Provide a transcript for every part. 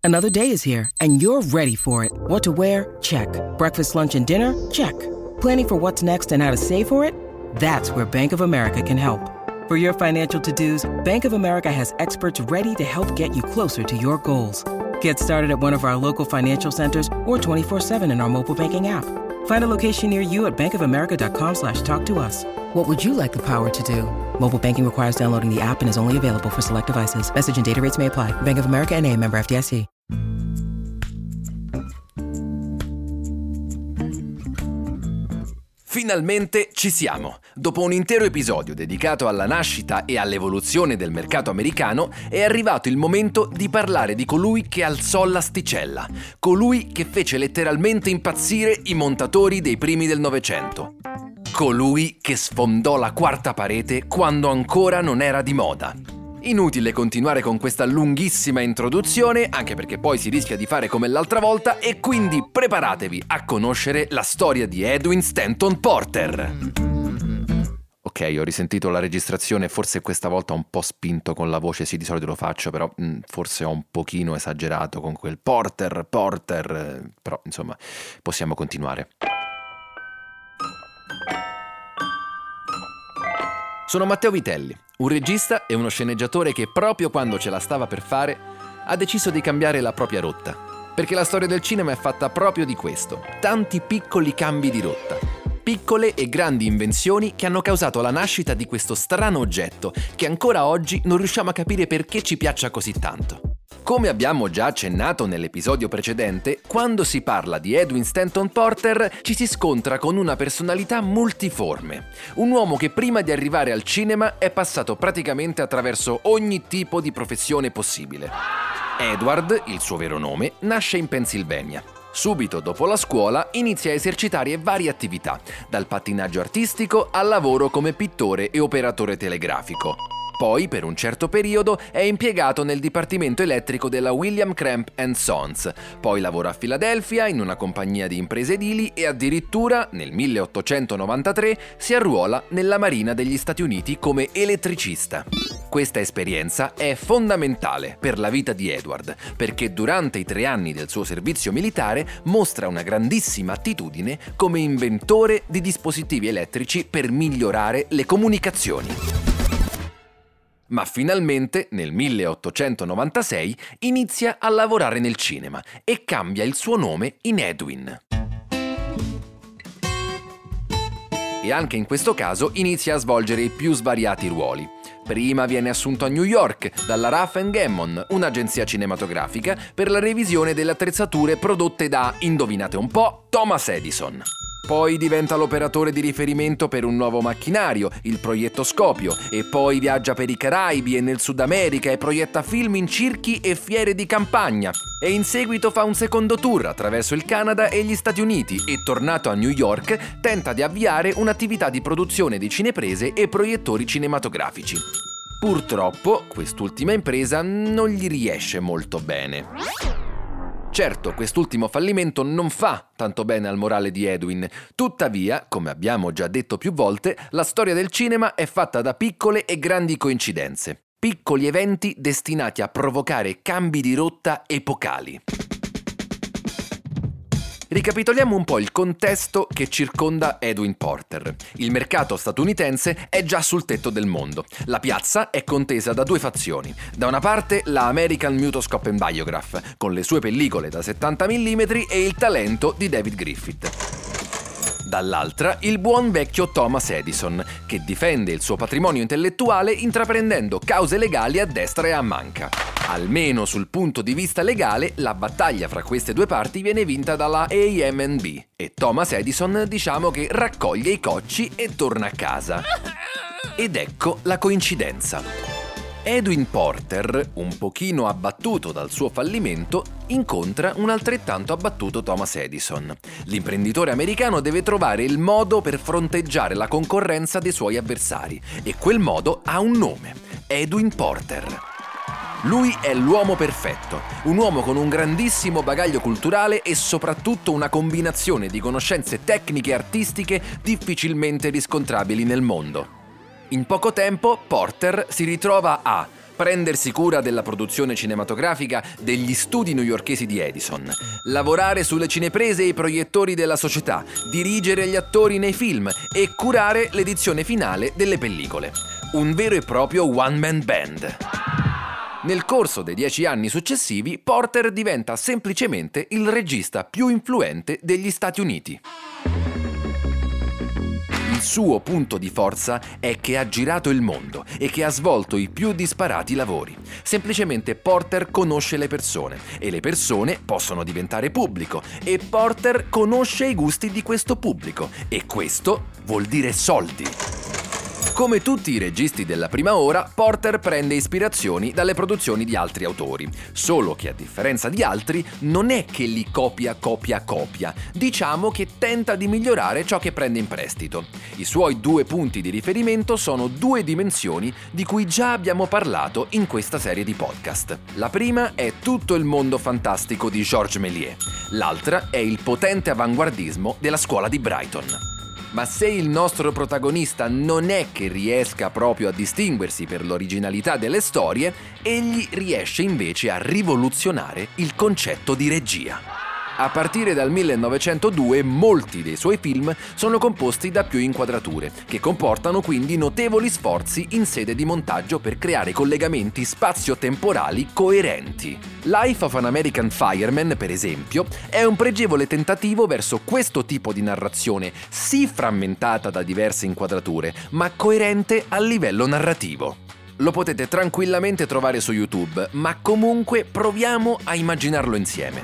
Another day is here, and you're ready for it. What to wear? Check. Breakfast, lunch, and dinner? Check. Planning for what's next and how to save for it? That's where Bank of America can help. For your financial to-dos, Bank of America has experts ready to help get you closer to your goals. Get started at one of our local financial centers or 24/7 in our mobile banking app. Find a location near you at bankofamerica.com/talktous. What would you like the power to do? Mobile banking requires downloading the app and is only available for select devices. Message and data rates may apply. Bank of America N.A., member FDIC. Finalmente ci siamo! Dopo un intero episodio dedicato alla nascita e all'evoluzione del mercato americano, è arrivato il momento di parlare di colui che alzò l'asticella, colui che fece letteralmente impazzire i montatori dei primi del Novecento, colui che sfondò la quarta parete quando ancora non era di moda. Inutile continuare con questa lunghissima introduzione, anche perché poi si rischia di fare come l'altra volta, e quindi preparatevi a conoscere la storia di Edwin Stanton Porter. Ok, ho risentito la registrazione, forse questa volta ho un po' spinto con la voce, sì, di solito lo faccio, però forse ho un pochino esagerato con quel Porter, però insomma possiamo continuare. Sono Matteo Vitelli, un regista e uno sceneggiatore che proprio quando ce la stava per fare ha deciso di cambiare la propria rotta. Perché la storia del cinema è fatta proprio di questo, tanti piccoli cambi di rotta. Piccole e grandi invenzioni che hanno causato la nascita di questo strano oggetto che ancora oggi non riusciamo a capire perché ci piaccia così tanto. Come abbiamo già accennato nell'episodio precedente, quando si parla di Edwin Stanton Porter ci si scontra con una personalità multiforme. Un uomo che prima di arrivare al cinema è passato praticamente attraverso ogni tipo di professione possibile. Edward, il suo vero nome, nasce in Pennsylvania. Subito dopo la scuola inizia a esercitare varie attività, dal pattinaggio artistico al lavoro come pittore e operatore telegrafico. Poi, per un certo periodo, è impiegato nel dipartimento elettrico della William Cramp & Sons. Poi lavora a Filadelfia in una compagnia di imprese edili e addirittura, nel 1893, si arruola nella Marina degli Stati Uniti come elettricista. Questa esperienza è fondamentale per la vita di Edward, perché durante i 3 anni del suo servizio militare mostra una grandissima attitudine come inventore di dispositivi elettrici per migliorare le comunicazioni. Ma finalmente, nel 1896, inizia a lavorare nel cinema e cambia il suo nome in Edwin. E anche in questo caso inizia a svolgere i più svariati ruoli. Prima viene assunto a New York dalla Ruff & Gammon, un'agenzia cinematografica, per la revisione delle attrezzature prodotte da, indovinate un po', Thomas Edison. Poi diventa l'operatore di riferimento per un nuovo macchinario, il proiettoscopio, e poi viaggia per i Caraibi e nel Sud America e proietta film in circhi e fiere di campagna. E in seguito fa un secondo tour attraverso il Canada e gli Stati Uniti e, tornato a New York, tenta di avviare un'attività di produzione di cineprese e proiettori cinematografici. Purtroppo, quest'ultima impresa non gli riesce molto bene. Certo, quest'ultimo fallimento non fa tanto bene al morale di Edwin. Tuttavia, come abbiamo già detto più volte, la storia del cinema è fatta da piccole e grandi coincidenze. Piccoli eventi destinati a provocare cambi di rotta epocali. Ricapitoliamo un po' il contesto che circonda Edwin Porter. Il mercato statunitense è già sul tetto del mondo. La piazza è contesa da 2 fazioni. Da una parte la American Mutoscope and Biograph, con le sue pellicole da 70 mm e il talento di David Griffith. Dall'altra il buon vecchio Thomas Edison, che difende il suo patrimonio intellettuale intraprendendo cause legali a destra e a manca. Almeno sul punto di vista legale, la battaglia fra queste 2 parti viene vinta dalla AMB e Thomas Edison, diciamo che raccoglie i cocci e torna a casa. Ed ecco la coincidenza. Edwin Porter, un pochino abbattuto dal suo fallimento, incontra un altrettanto abbattuto Thomas Edison. L'imprenditore americano deve trovare il modo per fronteggiare la concorrenza dei suoi avversari e quel modo ha un nome: Edwin Porter. Lui è l'uomo perfetto, un uomo con un grandissimo bagaglio culturale e soprattutto una combinazione di conoscenze tecniche e artistiche difficilmente riscontrabili nel mondo. In poco tempo Porter si ritrova a prendersi cura della produzione cinematografica degli studi newyorkesi di Edison, lavorare sulle cineprese e i proiettori della società, dirigere gli attori nei film e curare l'edizione finale delle pellicole. Un vero e proprio one-man band. Nel corso dei 10 anni successivi, Porter diventa semplicemente il regista più influente degli Stati Uniti. Il suo punto di forza è che ha girato il mondo e che ha svolto i più disparati lavori. Semplicemente Porter conosce le persone e le persone possono diventare pubblico e Porter conosce i gusti di questo pubblico e questo vuol dire soldi. Come tutti i registi della prima ora, Porter prende ispirazioni dalle produzioni di altri autori, solo che a differenza di altri non è che li copia, diciamo che tenta di migliorare ciò che prende in prestito. I suoi 2 punti di riferimento sono 2 dimensioni di cui già abbiamo parlato in questa serie di podcast. La prima è tutto il mondo fantastico di Georges Méliès, l'altra è il potente avanguardismo della scuola di Brighton. Ma se il nostro protagonista non è che riesca proprio a distinguersi per l'originalità delle storie, egli riesce invece a rivoluzionare il concetto di regia. A partire dal 1902 molti dei suoi film sono composti da più inquadrature, che comportano quindi notevoli sforzi in sede di montaggio per creare collegamenti spazio-temporali coerenti. Life of an American Fireman, per esempio, è un pregevole tentativo verso questo tipo di narrazione, sì frammentata da diverse inquadrature, ma coerente a livello narrativo. Lo potete tranquillamente trovare su YouTube, ma comunque proviamo a immaginarlo insieme.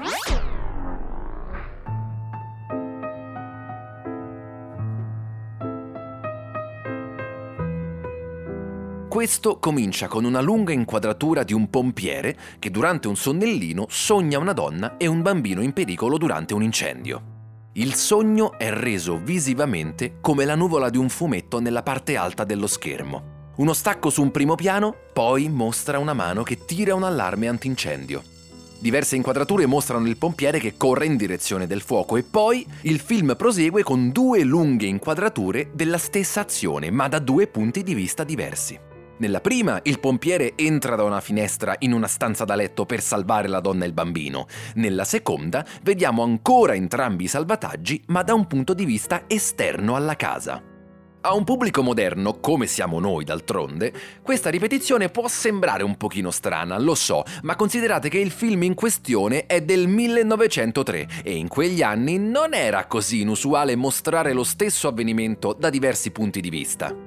Questo comincia con una lunga inquadratura di un pompiere che durante un sonnellino sogna una donna e un bambino in pericolo durante un incendio. Il sogno è reso visivamente come la nuvola di un fumetto nella parte alta dello schermo. Uno stacco su un primo piano, poi mostra una mano che tira un allarme antincendio. Diverse inquadrature mostrano il pompiere che corre in direzione del fuoco e poi il film prosegue con 2 lunghe inquadrature della stessa azione, ma da 2 punti di vista diversi. Nella prima, il pompiere entra da una finestra in una stanza da letto per salvare la donna e il bambino. Nella seconda, vediamo ancora entrambi i salvataggi, ma da un punto di vista esterno alla casa. A un pubblico moderno, come siamo noi d'altronde, questa ripetizione può sembrare un pochino strana, lo so, ma considerate che il film in questione è del 1903 e in quegli anni non era così inusuale mostrare lo stesso avvenimento da diversi punti di vista.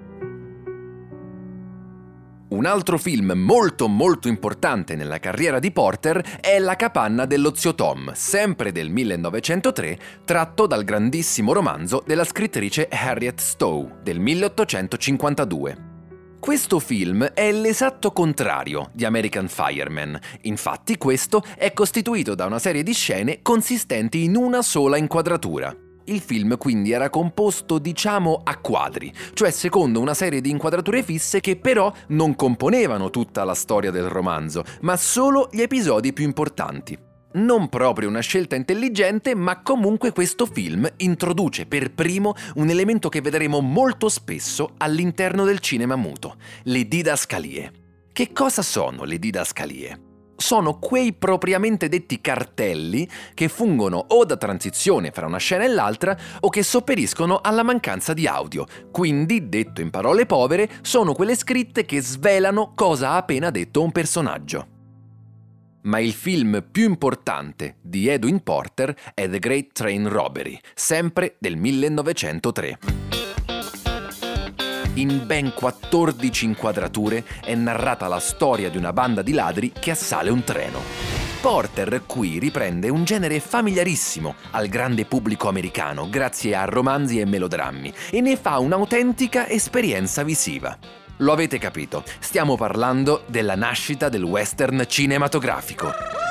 Un altro film molto importante nella carriera di Porter è La capanna dello zio Tom, sempre del 1903, tratto dal grandissimo romanzo della scrittrice Harriet Stowe del 1852. Questo film è l'esatto contrario di American Fireman, infatti questo è costituito da una serie di scene consistenti in una sola inquadratura. Il film quindi era composto, diciamo, a quadri, cioè secondo una serie di inquadrature fisse che però non componevano tutta la storia del romanzo, ma solo gli episodi più importanti. Non proprio una scelta intelligente, ma comunque questo film introduce per primo un elemento che vedremo molto spesso all'interno del cinema muto: le didascalie. Che cosa sono le didascalie? Sono quei propriamente detti cartelli che fungono o da transizione fra una scena e l'altra o che sopperiscono alla mancanza di audio. Quindi, detto in parole povere, sono quelle scritte che svelano cosa ha appena detto un personaggio. Ma il film più importante di Edwin Porter è The Great Train Robbery, sempre del 1903. In ben 14 inquadrature è narrata la storia di una banda di ladri che assale un treno. Porter qui riprende un genere familiarissimo al grande pubblico americano grazie a romanzi e melodrammi e ne fa un'autentica esperienza visiva. Lo avete capito, stiamo parlando della nascita del western cinematografico.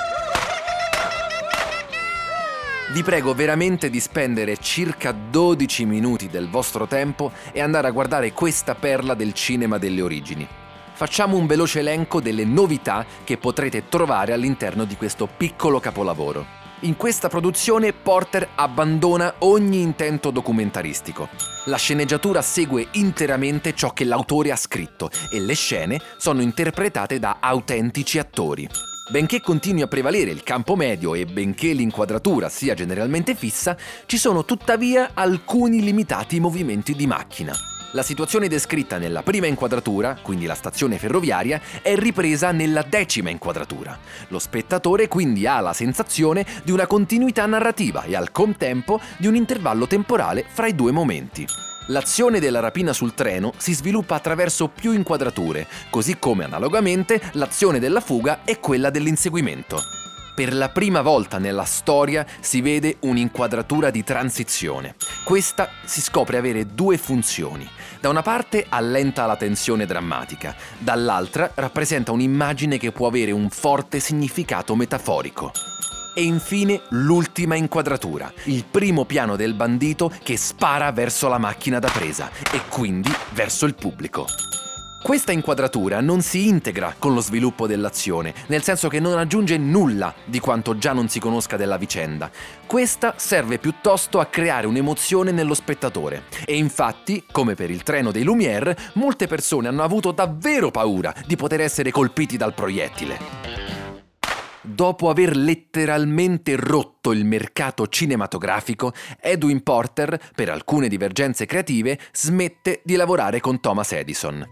Vi prego veramente di spendere circa 12 minuti del vostro tempo e andare a guardare questa perla del cinema delle origini. Facciamo un veloce elenco delle novità che potrete trovare all'interno di questo piccolo capolavoro. In questa produzione Porter abbandona ogni intento documentaristico. La sceneggiatura segue interamente ciò che l'autore ha scritto e le scene sono interpretate da autentici attori. Benché continui a prevalere il campo medio e benché l'inquadratura sia generalmente fissa, ci sono tuttavia alcuni limitati movimenti di macchina. La situazione descritta nella prima inquadratura, quindi la stazione ferroviaria, è ripresa nella 10ª inquadratura. Lo spettatore quindi ha la sensazione di una continuità narrativa e al contempo di un intervallo temporale fra i due momenti. L'azione della rapina sul treno si sviluppa attraverso più inquadrature, così come analogamente l'azione della fuga e quella dell'inseguimento. Per la prima volta nella storia si vede un'inquadratura di transizione. Questa si scopre avere due funzioni. Da una parte allenta la tensione drammatica, dall'altra rappresenta un'immagine che può avere un forte significato metaforico. E infine l'ultima inquadratura, il primo piano del bandito che spara verso la macchina da presa e quindi verso il pubblico. Questa inquadratura non si integra con lo sviluppo dell'azione, nel senso che non aggiunge nulla di quanto già non si conosca della vicenda. Questa serve piuttosto a creare un'emozione nello spettatore. E infatti, come per il treno dei Lumière, molte persone hanno avuto davvero paura di poter essere colpiti dal proiettile. Dopo aver letteralmente rotto il mercato cinematografico, Edwin Porter, per alcune divergenze creative, smette di lavorare con Thomas Edison.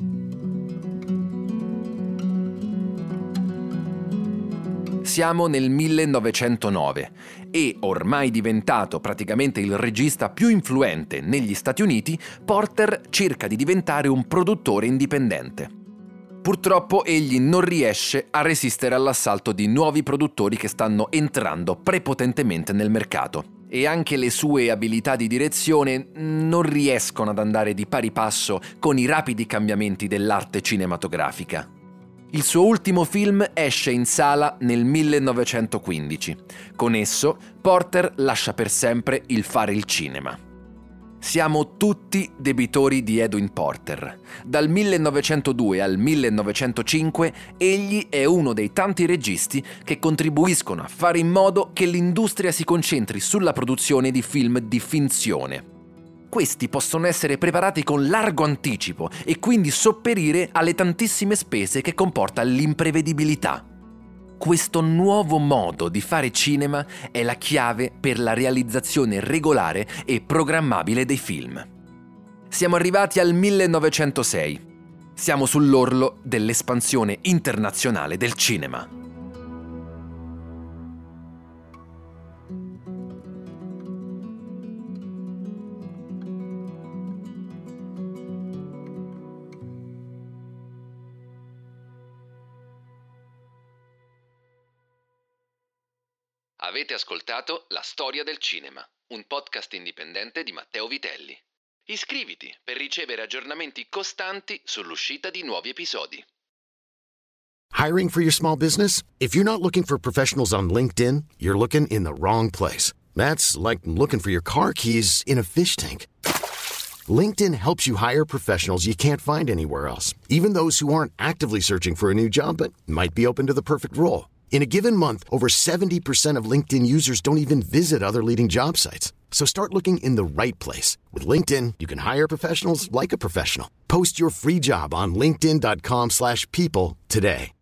Siamo nel 1909 e, ormai diventato praticamente il regista più influente negli Stati Uniti, Porter cerca di diventare un produttore indipendente. Purtroppo egli non riesce a resistere all'assalto di nuovi produttori che stanno entrando prepotentemente nel mercato. E anche le sue abilità di direzione non riescono ad andare di pari passo con i rapidi cambiamenti dell'arte cinematografica. Il suo ultimo film esce in sala nel 1915. Con esso, Porter lascia per sempre il fare il cinema. Siamo tutti debitori di Edwin Porter. Dal 1902 al 1905 egli è uno dei tanti registi che contribuiscono a fare in modo che l'industria si concentri sulla produzione di film di finzione. Questi possono essere preparati con largo anticipo e quindi sopperire alle tantissime spese che comporta l'imprevedibilità. Questo nuovo modo di fare cinema è la chiave per la realizzazione regolare e programmabile dei film. Siamo arrivati al 1906. Siamo sull'orlo dell'espansione internazionale del cinema. Avete ascoltato La Storia del Cinema, un podcast indipendente di Matteo Vitelli. Iscriviti per ricevere aggiornamenti costanti sull'uscita di nuovi episodi. Hiring for your small business? If you're not looking for professionals on LinkedIn, you're looking in the wrong place. That's like looking for your car keys in a fish tank. LinkedIn helps you hire professionals you can't find anywhere else, even those who aren't actively searching for a new job but might be open to the perfect role. In a given month, over 70% of LinkedIn users don't even visit other leading job sites. So start looking in the right place. With LinkedIn, you can hire professionals like a professional. Post your free job on linkedin.com/people today.